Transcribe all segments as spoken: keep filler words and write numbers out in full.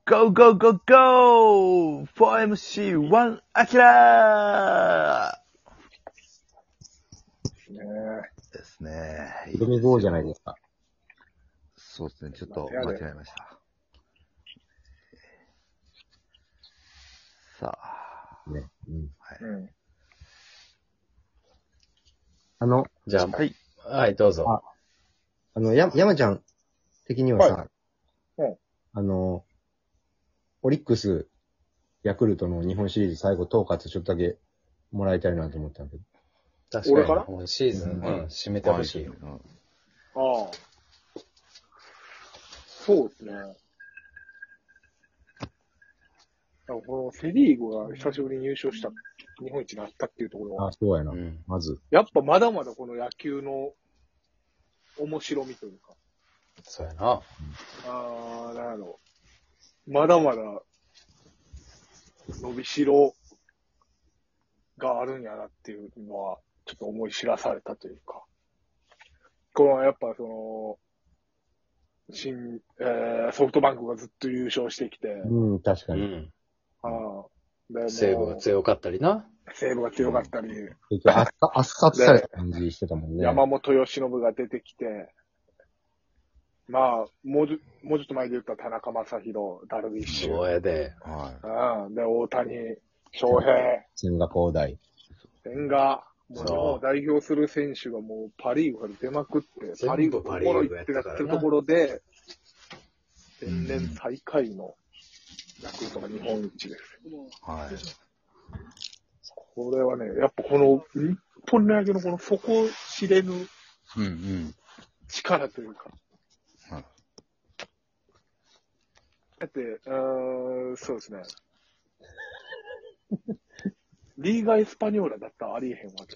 ゴーゴーゴーゴー !フォーエムシーワン アキラねーですね。 ドミゴーじゃないですか。 そうですね。ちょっと間違えました。さあ。 ね。うん。 はい。 うん。 あの、 じゃあ、 はい。 はい、どうぞ。 ああの、や、山ちゃん的にはさ、 はいうんあの、オリックス、ヤクルトの日本シリーズ最後統括ちょっとだけもらいたいなと思ったんだけど。 確かに、 俺からもうシーズン、 ううんん、締めてほしいよ。 うんああ。そうですね。このセリーグが久しぶりに優勝した日本一になったっていうところは、 あ、そうやな。 うん。 まず。 やっぱまだまだこの野球の面白みというか、 そうやな。 ああ、なんやろう。まだまだ伸びしろがあるんやなっていうのは、ちょっと思い知らされたというか、このやっぱその、新、えー、ソフトバンクがずっと優勝してきて、 うん、確かに。 うん。 ああでもう西武が強かったりな。 西武が強かったり、 結局、あっさ、あっさつされた感じしてたもんね。 山本由伸が出てきて、まあ、もうちょもうちょっと前で言ったら田中将大、ダルビッシュ、 そうやで。 はうん、で、大谷、翔平、 千賀滉大。 千賀、もうそう日本を代表する選手がもうパリーグから出まくって、 全部パリーグパリーグやったからなおもろいってなってるところで、年々最下位のヤクルトが日本一です。 い。はい。 これはね、やっぱこの日本の野球のこの底知れぬうんうん。 力というか、 はいだって、うーん、そうですね。リーガ・エスパニョーラだったらありえへんわけ。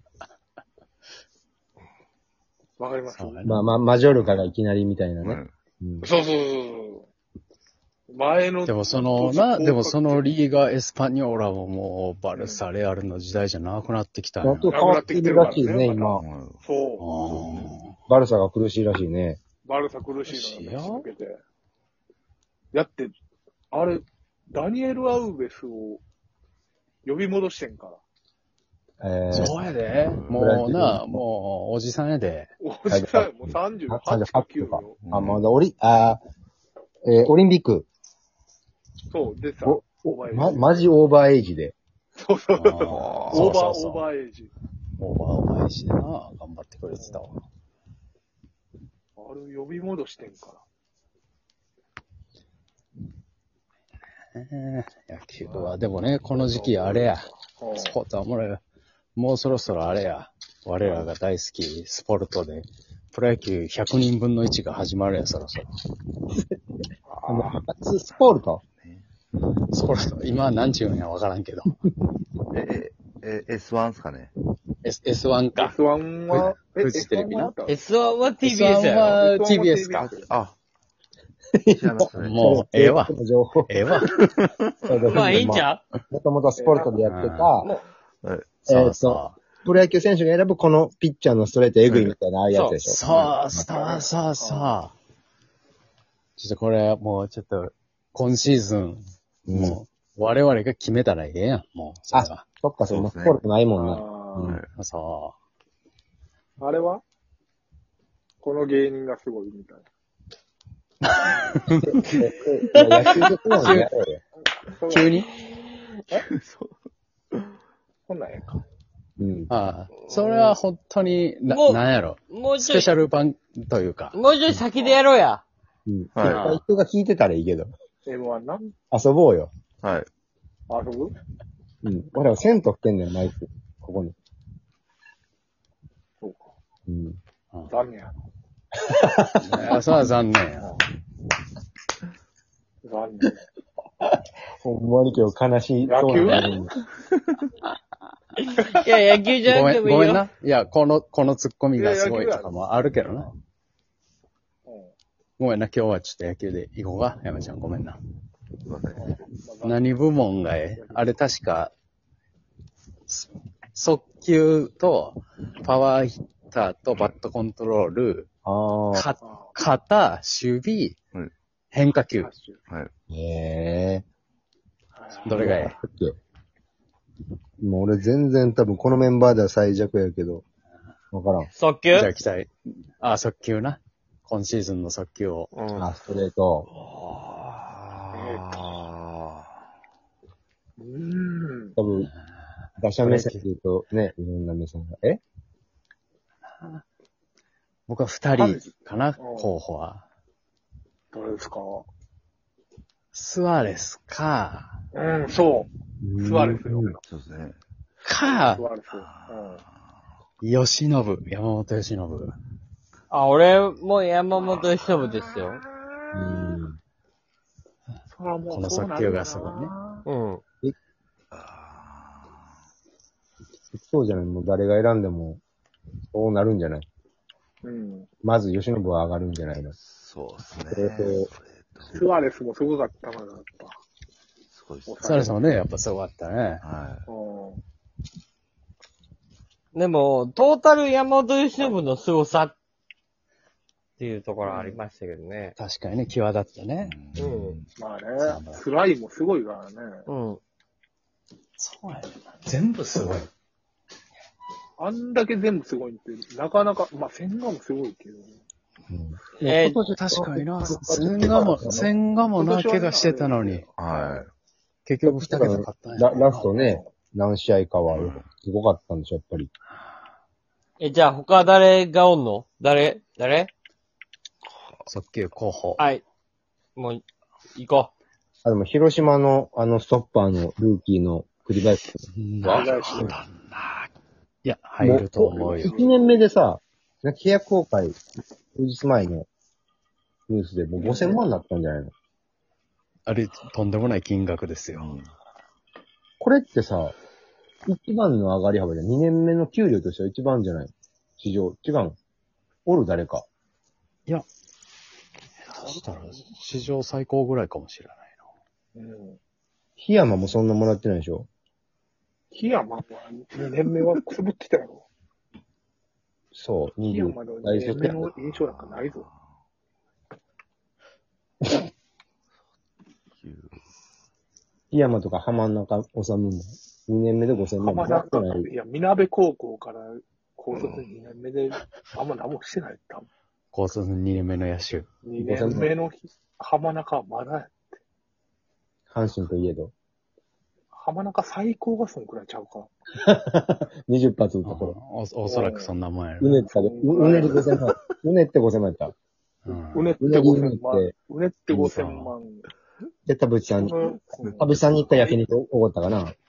わかりますそうやな。 まあまあ、マジョルカがいきなりみたいなね。 はいうん。 そうそうそうそう。前の。 でもそのな、でもそのリーガ・エスパニョーラももうバルサ・レアルの時代じゃなくなってきたんや。 本当変わってるらしいね、今。 はいそう。 あバルサが苦しいらしいね。 バルサ苦しいのを抜けて。だって、あれ、ダニエル・アウベスを呼び戻してんから。 えー、 あ。そうやで。もうな、もうおじさんやで。 おじさんもうさんじゅうはちかきゅうよ。 あ、まだオリ、あーえー、オリンピック。 そう、でさ、 お、 オーバーエイジま、マジオーバーエイジで。 そうそうそう。 あーオーバー、 そうそうそうオーバーエイジ。 オーバーオーバーしでな、頑張ってくれてたわ。 あれ呼び戻してんから。 えー、野球は、でもね、この時期あれや。スポーツはおもろいわ。もうそろそろあれや。我らが大好きスポルトで、プロ野球ひゃくにんぶんのいちが始まるや、そろそろ。 あの、ススポールト。 スポルト、今は何ちゅうんやわからんけど。 え、え、え、エスワン っすかね S、エスワン か。 エスワン は、え、 フジテレビなエスワン はエスワン は ティービーエス やろ。 は ティービーエス か。 あ、違いますね。 もう、ええわ。 情報。 ええわ。 まあいいんちゃうもともとスポルトでやってた、 はいそうそプロ野球選手が選ぶこのピッチャーのストレートエグいみたいなああいうやつでう。 しょ。 そう、そう、そう、そう。ちょっとこれ、もうちょっと、今シーズン、もう、我々が決めたらええやん、もう、それは。 そっか、そんなそうですねスポルトないもんな。 あうんそーあれはこの芸人がすごいみたいな。 野球でそうなんやろうよ。 う。急にこんなんやんか。 うん。 ああ、それは本当に、な、 もうなんやろ。 もうちょいスペシ、ャル版というか。 もうちょい先でやろうや。 うん。 はいいっぱい人が聞いてたらいいけど。 エムワン な。 遊ぼうよ。 はい。 遊ぶうん。俺は銭湯来てんだよ、マイク。ここに。 そうか。 うん。 残念やいやそれは残念や。 な。残念。 ほんまに今日悲しい。 野球そうなんだいや、野球じゃごめん、 なくてもいいよ。 ごめんな。いや、この、このツッコミがすごいとかもあるけどな。 うん。 ごめんな、今日はちょっと野球で行こうか。山ちゃん、ごめんな。 すいません。 何部門がええあれ確か、す速球と、パワーヒッターとバットコントロール、 ああ。 か、肩、守備、 うん変化球。 はい。 ええどれがええだってもう俺全然多分このメンバーでは最弱やけど、わからん。 速球じゃあ期待。あ、速球な。今シーズンの速球を。 うん。 あ、ストレート。 あうーん。 多分、打者目線で言うとね、いろんな目線が。え僕は二人かな、 うん候補は。 どれですか？ スアレスか、 うん、そう。スアレスよ。 うんあ。そうですね。 かス、アレス。うん。 吉信、山本由伸。 あ、俺も山本由伸ですよ。 うん。 そらもうこのそうなるよな速球がすごいね。 うん。 そうじゃない、もう誰が選んでも、そうなるんじゃない？ うん。 まず吉信は上がるんじゃないの？ そうですね。 それとストレートスアレスもすごかったから、やっぱ。 すごいですね。 スアレスもね、やっぱすごかったね。 はうん。 でも、トータル山本由伸の凄さっていうところありましたけどね。 確かにね、際立ったね。 い。 うんまあね、スライもすごいからね。 うん。 そうやな。全部すごい。 あんだけ全部すごいって、なかなか、まあ、千賀もすごいけど。 うん。 えー今年確かにな。千賀も、千賀もな、怪我してたのに。 は結局二桁勝ったんやララストね、何試合かはすごかったんでしょ、やっぱり。 え、じゃあ他誰がおんの？誰誰速球候補。 はい。もう、行こあ、でも広島のあのストッパーのルーキーの栗林うんあれいや、入ると思うよ。 いちねんめでさ、なんか契約更改、数日前のニュースでもうごせんまんになったんじゃないの？ あれ、とんでもない金額ですい。 よ。 これってさ、一番の上がり幅でにねんめの給料としては一番じゃない？市場。違う。おる誰か。 そしたら、史上最高ぐらいかもしれないな。 うん。 檜山もそんなもらってないでしょ？ 檜山はにねんめはくすぶってたやろ。 そう、 檜にじゅう山の大にねんめ卒や。 の印象なんかないぞ。 檜山とか浜中治もにねんめでごせんまんも浜中らってない。、 いや、みなべ高校から高卒にねんめで、あんま何もしてない。多分高卒にねんめの野手。 にねんめの浜中はまだや。 阪神といえど。 浜中最高がそんくらいちゃうか。 にじゅっ発打った頃。 おおそらくそんなもんやろ。 うねったで、ううねでごせんまん。うねってごせんまんやった。 うんうねってうねごせんぎうねって万。うねってごせん万。 で、田淵さんに、 うん田淵さんに一回焼肉おごったかな。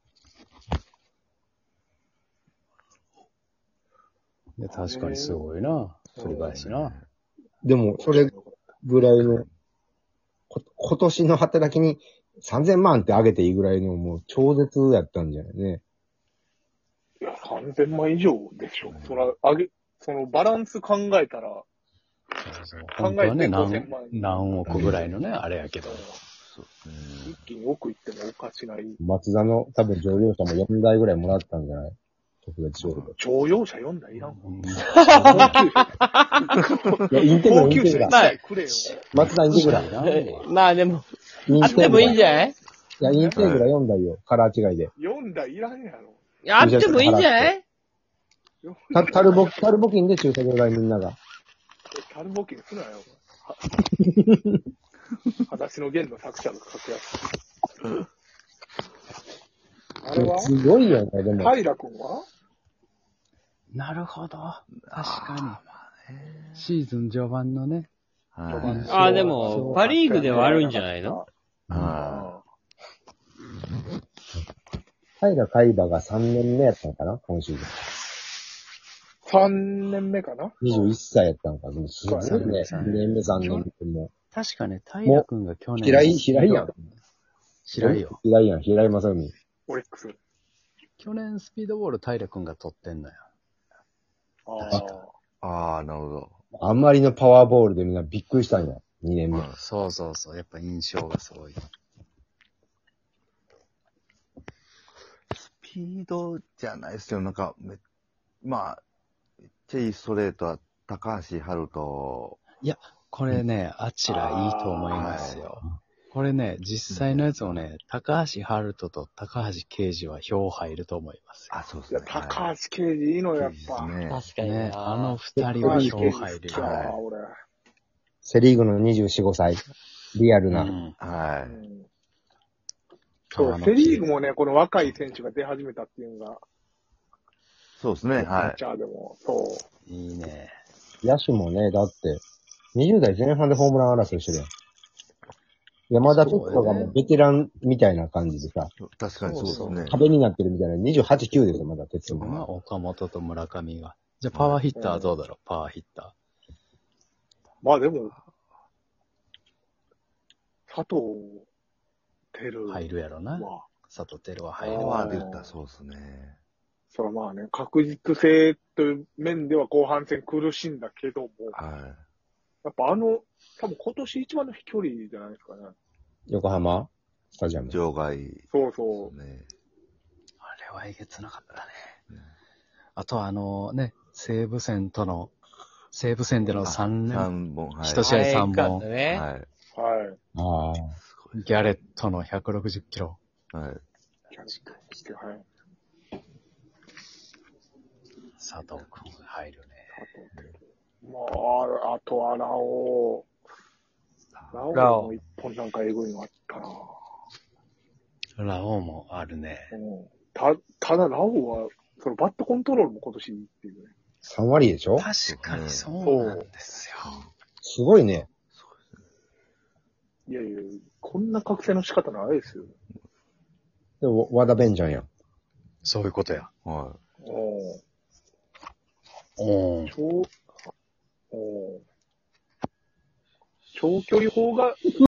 で確かにすごいな。栗林な。 でも、それぐらいの、こ今年の働きにさんぜんまんって上げていいぐらいのもう超絶やったんじゃないね。 いや、さんぜんまん以上でしょ。そら、あげ、そのバランス考えたら、 そうそう考えて本当はね、 ごせん何万何億ぐらいのね、あれやけど。 そうですね。 一気に奥行ってもおかしない。 松田の多分乗用車もよんだいぐらいもらったんじゃない？特別賞で。 乗用車よんだいいらんわ。 うん高級車。 いや、インテグラ、 高級インテグラ。 車一台くれよ。 松田インテグラ。 まあでも、 インあってもいいんじゃゃない？ いや、インテグラよんだいよ。カラー違いで。 よんだいいらんやろ。 いやあってもいいんじゃないた、タルボ、タルボ金で駐車場代みんなが。 タルボ金すなよ。は裸足の弦の作者の書くやつ。あれはすごいよね、でも。 平君はなるほど。確かに。シーズン序盤のね。 はい。 ああ、でも、パリーグではあるんじゃないの？ は平海馬がさんねんめやったのかな今シーズン。 さんねんめかなにじゅういっさいやったのか。でもすごいね。 そうねにねんめ、さんねんめっても確かね、平くんが去う。 年。 平井、平井やん。 白いよ。 平井やん、平井正海。 オリックス。 去年スピードボール平くんが取ってんのよ。 あ確かい。ああ、なるほど。 あんまりのパワーボールでみんなびっくりしたんや。にねんめ。 はいそうそうそう。やっぱ印象がすごい。 スピードじゃないですよ。なんか、め、まあ、めっちゃいいストレートは高橋春人。 これね、あちらいいと思いますよ。これね、実際のやつをね、高橋遥人と高橋啓二は票入ると思いますよ。 あ、そうでいや、 すね。 高橋啓二いいのよ、やっぱ。 ね。 確かにね、 な。 あの二人は票入るよ。 はい俺。 セリーグのにじゅうよん、ごさい。リアルな。 うん。 はい。 うんそう、 あのセリーグもね、この若い選手が出始めたっていうのが、 そうですね。 ピはい。 ッチャーでも、そう。 いいね。 野手もね、だって、にじゅう代前半でホームラン争いしてるやん。山田哲人がもうベテランみたいな感じでさ、 確かにそうですね。 壁になってるみたいな、にじゅうはち、きゅうですよ、まだ哲人まあ、 が。 岡本と村上が。じゃあ、パワーヒッターはどうだろう、パワーヒッタまあでも、佐藤輝ー。入るやろな。 は、 佐藤輝はパ入るわ。 ワーで言ったらそうですね。 それはまあね、確実性という面では後半戦苦しんだけども、 はやっぱあの、多分今年一番の飛距離じゃないですかね。 横浜スタジアい。 ム。 場外。 そうそう。 ね。 あれはえげつなかったね。あとはあのね、西武戦との、西武戦でのさん連、 三本、はい。 一試合さんぼん。 はいね。 はい。 はい。 ああ。 ギャレットのひゃくろくじゅっキロ。 はい。 はい。 佐藤君入るね。 まあ、あとはラオウ。ラオウラオウも一本なんかエグいのあったな。 ラオウもあるね。 うん。た、ただラオウは、そのバットコントロールも今年いいっていうね。 さん割でしょ確かにそうなんですよ。 すごいね。 いやいや、こんな覚醒の仕方ないですよ。 でも和田ベンジャンやん。 そういうことや。 はおおー。 長、お長距離砲が